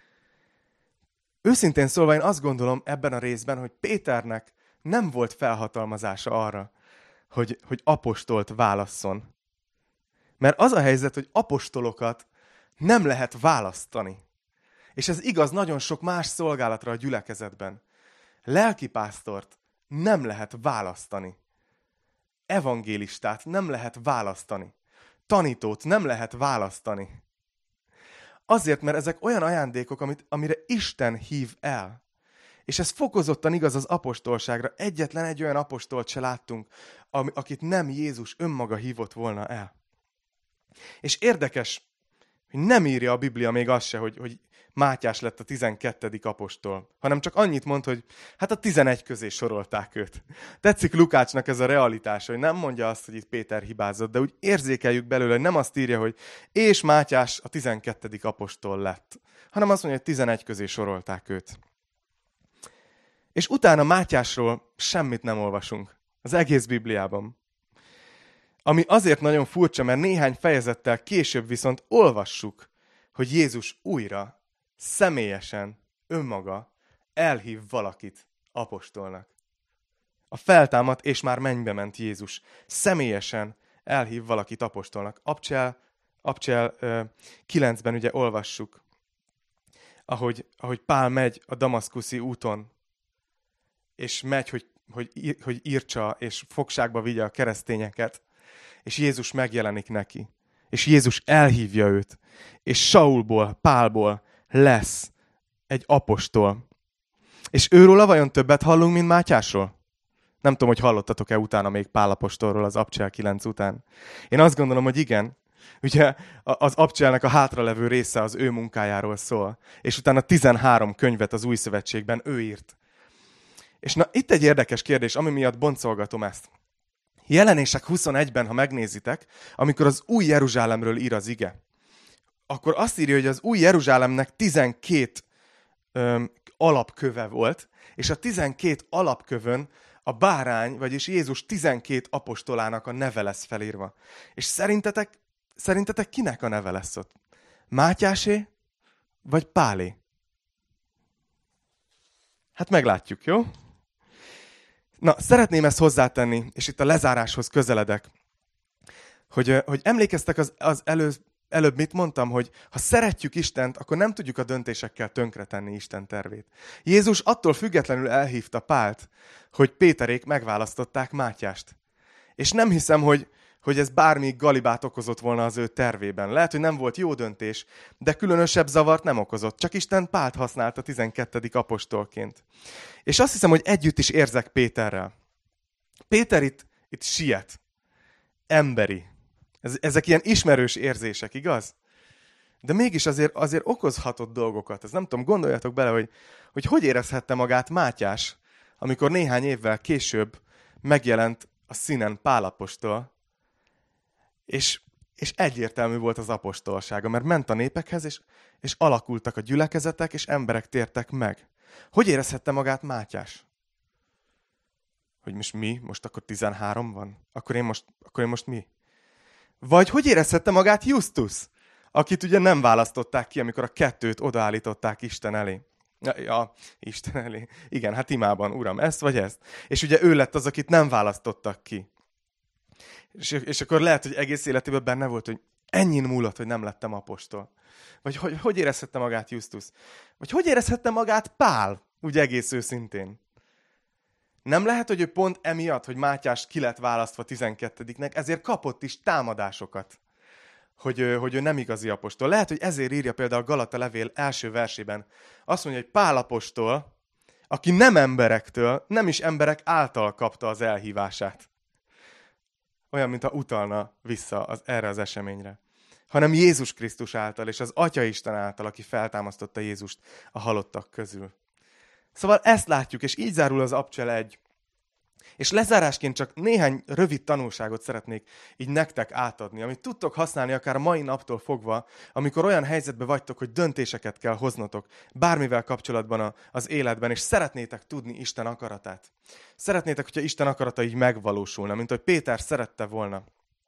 Őszintén szólva én azt gondolom ebben a részben, hogy Péternek nem volt felhatalmazása arra, hogy apostolt válasszon. Mert az a helyzet, hogy apostolokat nem lehet választani. És ez igaz nagyon sok más szolgálatra a gyülekezetben. Lelkipásztort nem lehet választani. Evangélistát nem lehet választani. Tanítót nem lehet választani. Azért, mert ezek olyan ajándékok, amire Isten hív el. És ez fokozottan igaz az apostolságra. Egyetlen egy olyan apostolt se láttunk, akit nem Jézus önmaga hívott volna el. És érdekes, hogy nem írja a Biblia még azt se, hogy Mátyás lett a 12. apostol, hanem csak annyit mond, hogy hát a 11 közé sorolták őt. Tetszik Lukácsnak ez a realitása, hogy nem mondja azt, hogy itt Péter hibázott, de úgy érzékeljük belőle, hogy nem azt írja, hogy és Mátyás a 12. apostol lett, hanem azt mondja, hogy 11 közé sorolták őt. És utána Mátyásról semmit nem olvasunk az egész Bibliában. Ami azért nagyon furcsa, mert néhány fejezettel később viszont olvassuk, hogy Jézus újra, személyesen, önmaga elhív valakit apostolnak. A feltámadt és már mennybe ment Jézus személyesen elhív valakit apostolnak. Abcsel 9-ben ugye olvassuk, ahogy Pál megy a damaszkuszi úton, és megy, hogy írtsa és fogságba vigye a keresztényeket, és Jézus megjelenik neki. És Jézus elhívja őt. És Saulból, Pálból lesz egy apostol. És őróla vajon többet hallunk, mint Mátyásról? Nem tudom, hogy hallottatok-e utána még Pál apostolról az Abcsel 9 után. Én azt gondolom, hogy igen. Ugye az Abcselnek a hátralevő része az ő munkájáról szól. És utána 13 könyvet az Új Szövetségben ő írt. És na, itt egy érdekes kérdés, ami miatt boncolgatom ezt. Jelenések 21-ben, ha megnézitek, amikor az új Jeruzsálemről ír az ige, akkor azt írja, hogy az új Jeruzsálemnek 12 alapköve volt, és a 12 alapkövön a bárány, vagyis Jézus 12 apostolának a neve lesz felírva. És szerintetek kinek a neve lesz ott? Mátyásé, vagy Pálé? Hát meglátjuk, jó? Na, szeretném ezt hozzátenni, és itt a lezáráshoz közeledek, hogy emlékeztek előbb mit mondtam, hogy ha szeretjük Istent, akkor nem tudjuk a döntésekkel tönkretenni Isten tervét. Jézus attól függetlenül elhívta Pált, hogy Péterék megválasztották Mátyást. És nem hiszem, hogy ez bármi galibát okozott volna az ő tervében. Lehet, hogy nem volt jó döntés, de különösebb zavart nem okozott. Csak Isten Pált használta 12. apostolként. És azt hiszem, hogy együtt is érzek Péterrel. Péter itt siet. Emberi. Ezek ilyen ismerős érzések, igaz? De mégis azért okozhatott dolgokat. Ez nem tudom, gondoljatok bele, hogy érezhette magát Mátyás, amikor néhány évvel később megjelent a színen Pál apostol, és egyértelmű volt az apostolsága, mert ment a népekhez, és alakultak a gyülekezetek, és emberek tértek meg. Hogy érezhette magát Mátyás? Hogy most mi? Most akkor 13 van? Akkor én most mi? Vagy hogy érezhette magát Justus, akit ugye nem választották ki, amikor a 2 odaállították Isten elé. Ja, Isten elé. Igen, hát imában, Uram, ezt vagy ezt. És ugye ő lett az, akit nem választottak ki. És akkor lehet, hogy egész életében benne volt, hogy ennyin múlott, hogy nem lettem apostol. Vagy hogy érezhette magát Justus? Vagy hogy érezhette magát Pál, úgy egész őszintén? Nem lehet, hogy ő pont emiatt, hogy Mátyás ki lett választva 12-nek, ezért kapott is támadásokat, hogy ő nem igazi apostol. Lehet, hogy ezért írja például a Galata levél első versében. Azt mondja, hogy Pál apostol, aki nem emberektől, nem is emberek által kapta az elhívását. Olyan, mintha utalna vissza erre az eseményre. Hanem Jézus Krisztus által, és az Atya Isten által, aki feltámasztotta Jézust a halottak közül. Szóval ezt látjuk, és így zárul az Abcsel 1. És lezárásként csak néhány rövid tanulságot szeretnék így nektek átadni, amit tudtok használni akár a mai naptól fogva, amikor olyan helyzetben vagytok, hogy döntéseket kell hoznotok bármivel kapcsolatban az életben, és szeretnétek tudni Isten akaratát. Szeretnétek, hogyha Isten akarata így megvalósulna, mint hogy Péter szerette volna.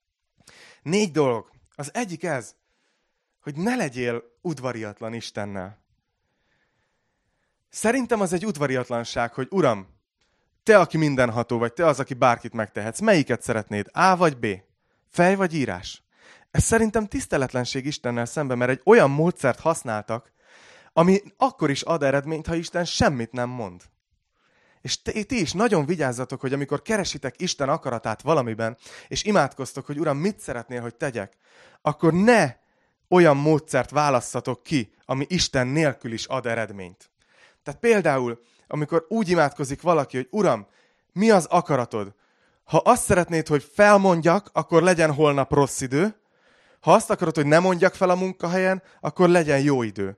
4 dolog. Az egyik ez, hogy ne legyél udvariatlan Istennel. Szerintem az egy udvariatlanság, hogy Uram, te, aki mindenható vagy, te az, aki bárkit megtehetsz, melyiket szeretnéd? A vagy B? Fej vagy írás? Ez szerintem tiszteletlenség Istennel szemben, mert egy olyan módszert használtak, ami akkor is ad eredményt, ha Isten semmit nem mond. És ti is nagyon vigyázzatok, hogy amikor keresitek Isten akaratát valamiben, és imádkoztok, hogy Uram, mit szeretnél, hogy tegyek, akkor ne olyan módszert válasszatok ki, ami Isten nélkül is ad eredményt. Tehát például, amikor úgy imádkozik valaki, hogy Uram, mi az akaratod? Ha azt szeretnéd, hogy felmondjak, akkor legyen holnap rossz idő. Ha azt akarod, hogy ne mondjak fel a munkahelyen, akkor legyen jó idő.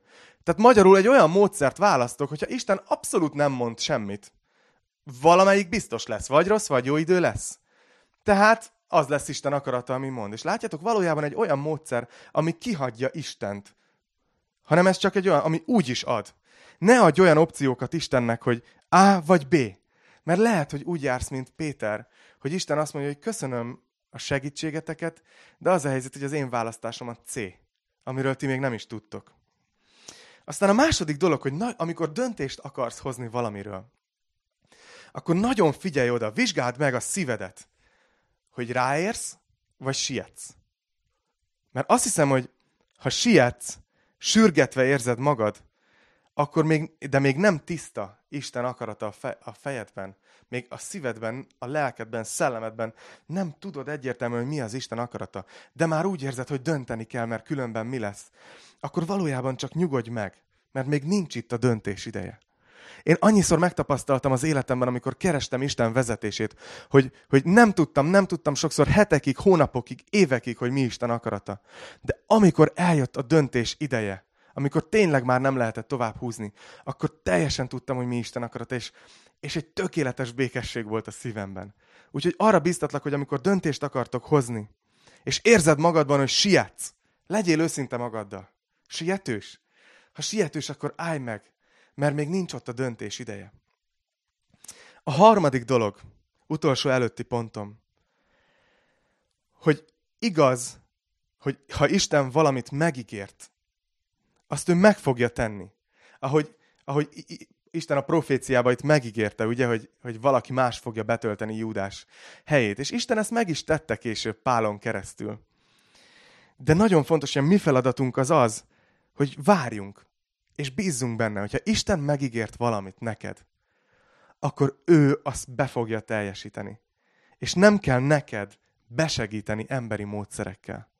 Tehát magyarul egy olyan módszert választok, hogyha Isten abszolút nem mond semmit. Valamelyik biztos lesz, vagy rossz, vagy jó idő lesz. Tehát az lesz Isten akarata, ami mond. És látjátok, valójában egy olyan módszer, ami kihagyja Istent. Hanem ez csak egy olyan, ami úgy is ad. Ne adj olyan opciókat Istennek, hogy A vagy B. Mert lehet, hogy úgy jársz, mint Péter, hogy Isten azt mondja, hogy köszönöm a segítségeteket, de az a helyzet, hogy az én választásom a C, amiről ti még nem is tudtok. Aztán a második dolog, hogy amikor döntést akarsz hozni valamiről, akkor nagyon figyelj oda, vizsgáld meg a szívedet, hogy ráérsz, vagy sietsz. Mert azt hiszem, hogy ha sietsz, sürgetve érzed magad, akkor még nem tiszta Isten akarata a fejedben, még a szívedben, a lelkedben, szellemedben nem tudod egyértelműen, hogy mi az Isten akarata, de már úgy érzed, hogy dönteni kell, mert különben mi lesz, akkor valójában csak nyugodj meg, mert még nincs itt a döntés ideje. Én annyiszor megtapasztaltam az életemben, amikor kerestem Isten vezetését, hogy nem tudtam sokszor hetekig, hónapokig, évekig, hogy mi Isten akarata. De amikor eljött a döntés ideje, amikor tényleg már nem lehetett tovább húzni, akkor teljesen tudtam, hogy mi Isten akarata, és egy tökéletes békesség volt a szívemben. Úgyhogy arra bíztatlak, hogy amikor döntést akartok hozni, és érzed magadban, hogy sietsz, legyél őszinte magaddal. Sietős? Ha sietős, akkor állj meg, mert még nincs ott a döntés ideje. A harmadik dolog, utolsó előtti pontom, hogy igaz, hogy ha Isten valamit megígért, azt ő meg fogja tenni. Ahogy Isten a proféciában itt megígérte, ugye, hogy valaki más fogja betölteni Júdás helyét. És Isten ezt meg is tette később Pálon keresztül. De nagyon fontos, hogy a mi feladatunk az, hogy várjunk, és bízzunk benne, hogyha Isten megígért valamit neked, akkor ő azt be fogja teljesíteni. És nem kell neked besegíteni emberi módszerekkel.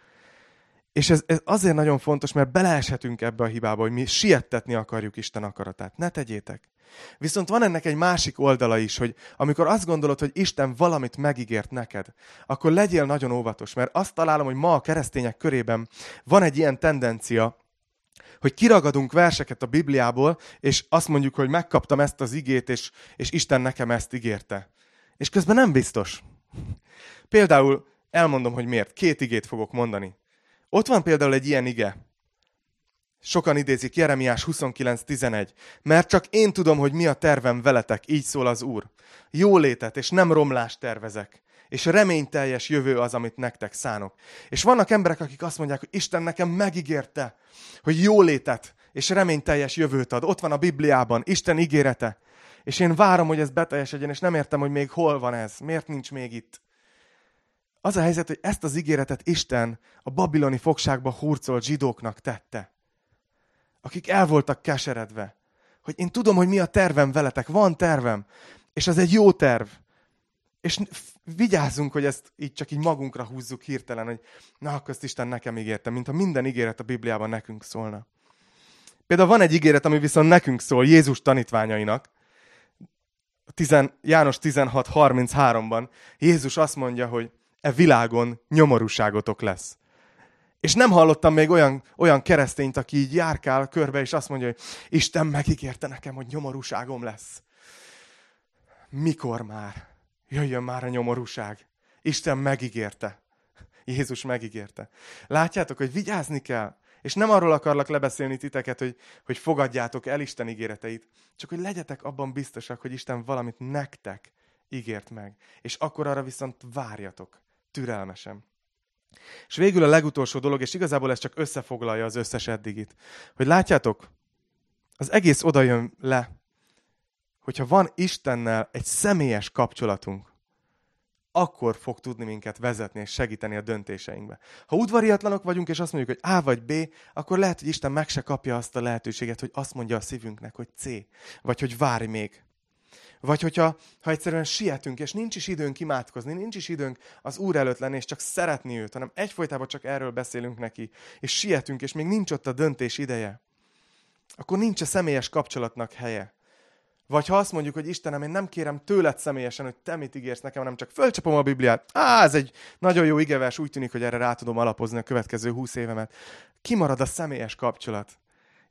És ez azért nagyon fontos, mert beleeshetünk ebbe a hibába, hogy mi siettetni akarjuk Isten akaratát. Ne tegyétek. Viszont van ennek egy másik oldala is, hogy amikor azt gondolod, hogy Isten valamit megígért neked, akkor legyél nagyon óvatos, mert azt találom, hogy ma a keresztények körében van egy ilyen tendencia, hogy kiragadunk verseket a Bibliából, és azt mondjuk, hogy megkaptam ezt az igét, és Isten nekem ezt ígérte. És közben nem biztos. Például elmondom, hogy miért. 2 igét fogok mondani. Ott van például egy ilyen ige. Sokan idézik Jeremiás 29:11. Mert csak én tudom, hogy mi a tervem veletek, így szól az Úr. Jólétet és nem romlást tervezek. És reményteljes jövő az, amit nektek szánok. És vannak emberek, akik azt mondják, hogy Isten nekem megígérte, hogy jólétet és reményteljes jövőt ad. Ott van a Bibliában, Isten ígérete. És én várom, hogy ez beteljesedjen, és nem értem, hogy még hol van ez. Miért nincs még itt? Az a helyzet, hogy ezt az ígéretet Isten a babiloni fogságba hurcolt zsidóknak tette. Akik el voltak keseredve. Hogy én tudom, hogy mi a tervem veletek. Van tervem. És ez egy jó terv. És vigyázzunk, hogy ezt csak így magunkra húzzuk hirtelen, hogy na, akkor ezt Isten nekem ígérte, mintha minden ígéret a Bibliában nekünk szólna. Például van egy ígéret, ami viszont nekünk szól, Jézus tanítványainak. János 16:33-ban Jézus azt mondja, hogy e világon nyomorúságotok lesz. És nem hallottam még olyan keresztényt, aki így járkál körbe, és azt mondja, hogy Isten megígérte nekem, hogy nyomorúságom lesz. Mikor már? Jöjjön már a nyomorúság. Isten megígérte. Jézus megígérte. Látjátok, hogy vigyázni kell. És nem arról akarlak lebeszélni titeket, hogy fogadjátok el Isten ígéreteit, csak hogy legyetek abban biztosak, hogy Isten valamit nektek ígért meg. És akkor arra viszont várjatok türelmesen. És végül a legutolsó dolog, és igazából ez csak összefoglalja az összes eddigit, hogy látjátok, az egész oda jön le, hogyha van Istennel egy személyes kapcsolatunk, akkor fog tudni minket vezetni és segíteni a döntéseinkbe. Ha udvariatlanok vagyunk, és azt mondjuk, hogy A vagy B, akkor lehet, hogy Isten meg se kapja azt a lehetőséget, hogy azt mondja a szívünknek, hogy C, vagy hogy várj még. Vagy hogyha egyszerűen sietünk, és nincs is időnk imádkozni, nincs is időnk az Úr előtt lenni, és csak szeretni őt, hanem egyfolytában csak erről beszélünk neki, és sietünk, és még nincs ott a döntés ideje, akkor nincs a személyes kapcsolatnak helye. Vagy ha azt mondjuk, hogy Istenem, én nem kérem tőled személyesen, hogy te mit ígérsz nekem, hanem csak fölcsapom a Bibliát. Ez egy nagyon jó igevers, úgy tűnik, hogy erre rá tudom alapozni a következő 20 évemet. Kimarad a személyes kapcsolat.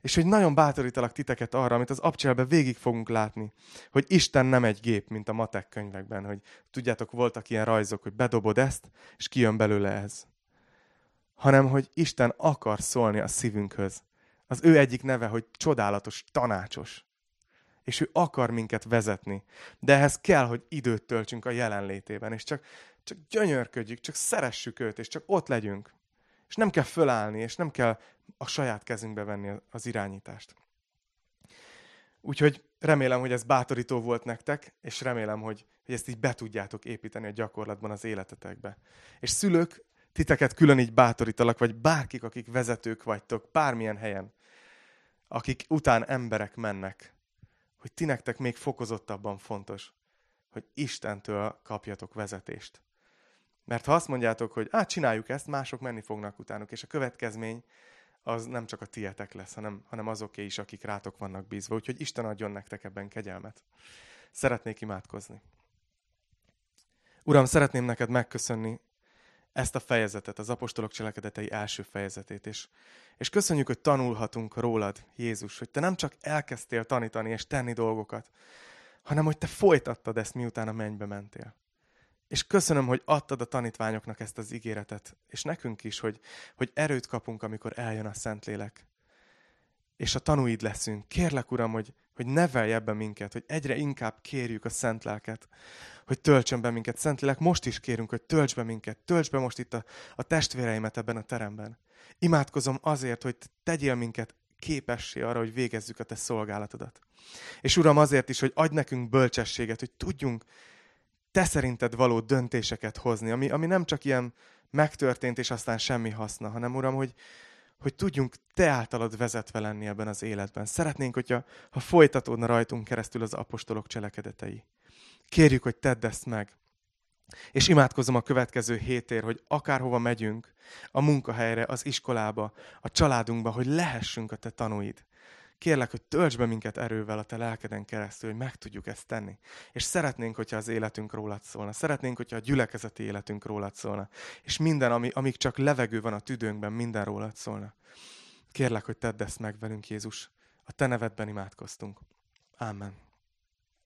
És hogy nagyon bátorítalak titeket arra, amit az abcselben végig fogunk látni, hogy Isten nem egy gép, mint a matek könyvekben, hogy tudjátok, voltak ilyen rajzok, hogy bedobod ezt, és kijön belőle ez. Hanem, hogy Isten akar szólni a szívünkhöz. Az ő egyik neve, hogy csodálatos, tanácsos. És ő akar minket vezetni. De ehhez kell, hogy időt töltsünk a jelenlétében, és csak gyönyörködjük, csak szeressük őt, és csak ott legyünk. És nem kell fölállni, és nem kell a saját kezünkbe venni az irányítást. Úgyhogy remélem, hogy ez bátorító volt nektek, és remélem, hogy ezt így be tudjátok építeni a gyakorlatban az életetekbe. És szülők, titeket külön így bátorítalak, vagy bárkik, akik vezetők vagytok, bármilyen helyen, akik után emberek mennek, hogy ti nektek még fokozottabban fontos, hogy Istentől kapjatok vezetést. Mert ha azt mondjátok, hogy csináljuk ezt, mások menni fognak utánuk, és a következmény az nem csak a tietek lesz, hanem azoké is, akik rátok vannak bízva. Úgyhogy Isten adjon nektek ebben kegyelmet. Szeretnék imádkozni. Uram, szeretném neked megköszönni ezt a fejezetet, az apostolok cselekedetei első fejezetét. És köszönjük, hogy tanulhatunk rólad, Jézus, hogy te nem csak elkezdtél tanítani és tenni dolgokat, hanem hogy te folytattad ezt, miután a mennybe mentél. És köszönöm, hogy adtad a tanítványoknak ezt az ígéretet, és nekünk is, hogy erőt kapunk, amikor eljön a Szentlélek. És a tanúid leszünk. Kérlek, Uram, hogy nevelj ebben minket, hogy egyre inkább kérjük a Szent Lelket, hogy töltsön be minket. Szentlélek, most is kérünk, hogy tölts be minket, tölts be most itt a testvéreimet ebben a teremben. Imádkozom azért, hogy tegyél minket képessé arra, hogy végezzük a te szolgálatodat. És Uram, azért is, hogy adj nekünk bölcsességet, hogy tudjunk te szerinted való döntéseket hozni, ami nem csak ilyen megtörtént, és aztán semmi haszna, hanem Uram, hogy tudjunk te általad vezetve lenni ebben az életben. Szeretnénk, hogyha folytatódna rajtunk keresztül az apostolok cselekedetei. Kérjük, hogy tedd ezt meg. És imádkozom a következő hétért, hogy akárhova megyünk, a munkahelyre, az iskolába, a családunkba, hogy lehessünk a te tanúid. Kérlek, hogy tölts be minket erővel a te lelkeden keresztül, hogy meg tudjuk ezt tenni. És szeretnénk, hogyha az életünk rólad szólna. Szeretnénk, hogyha a gyülekezeti életünk rólad szólna. És minden, amíg csak levegő van a tüdőnkben, minden rólad szólna. Kérlek, hogy tedd ezt meg velünk, Jézus. A te nevedben imádkoztunk. Ámen.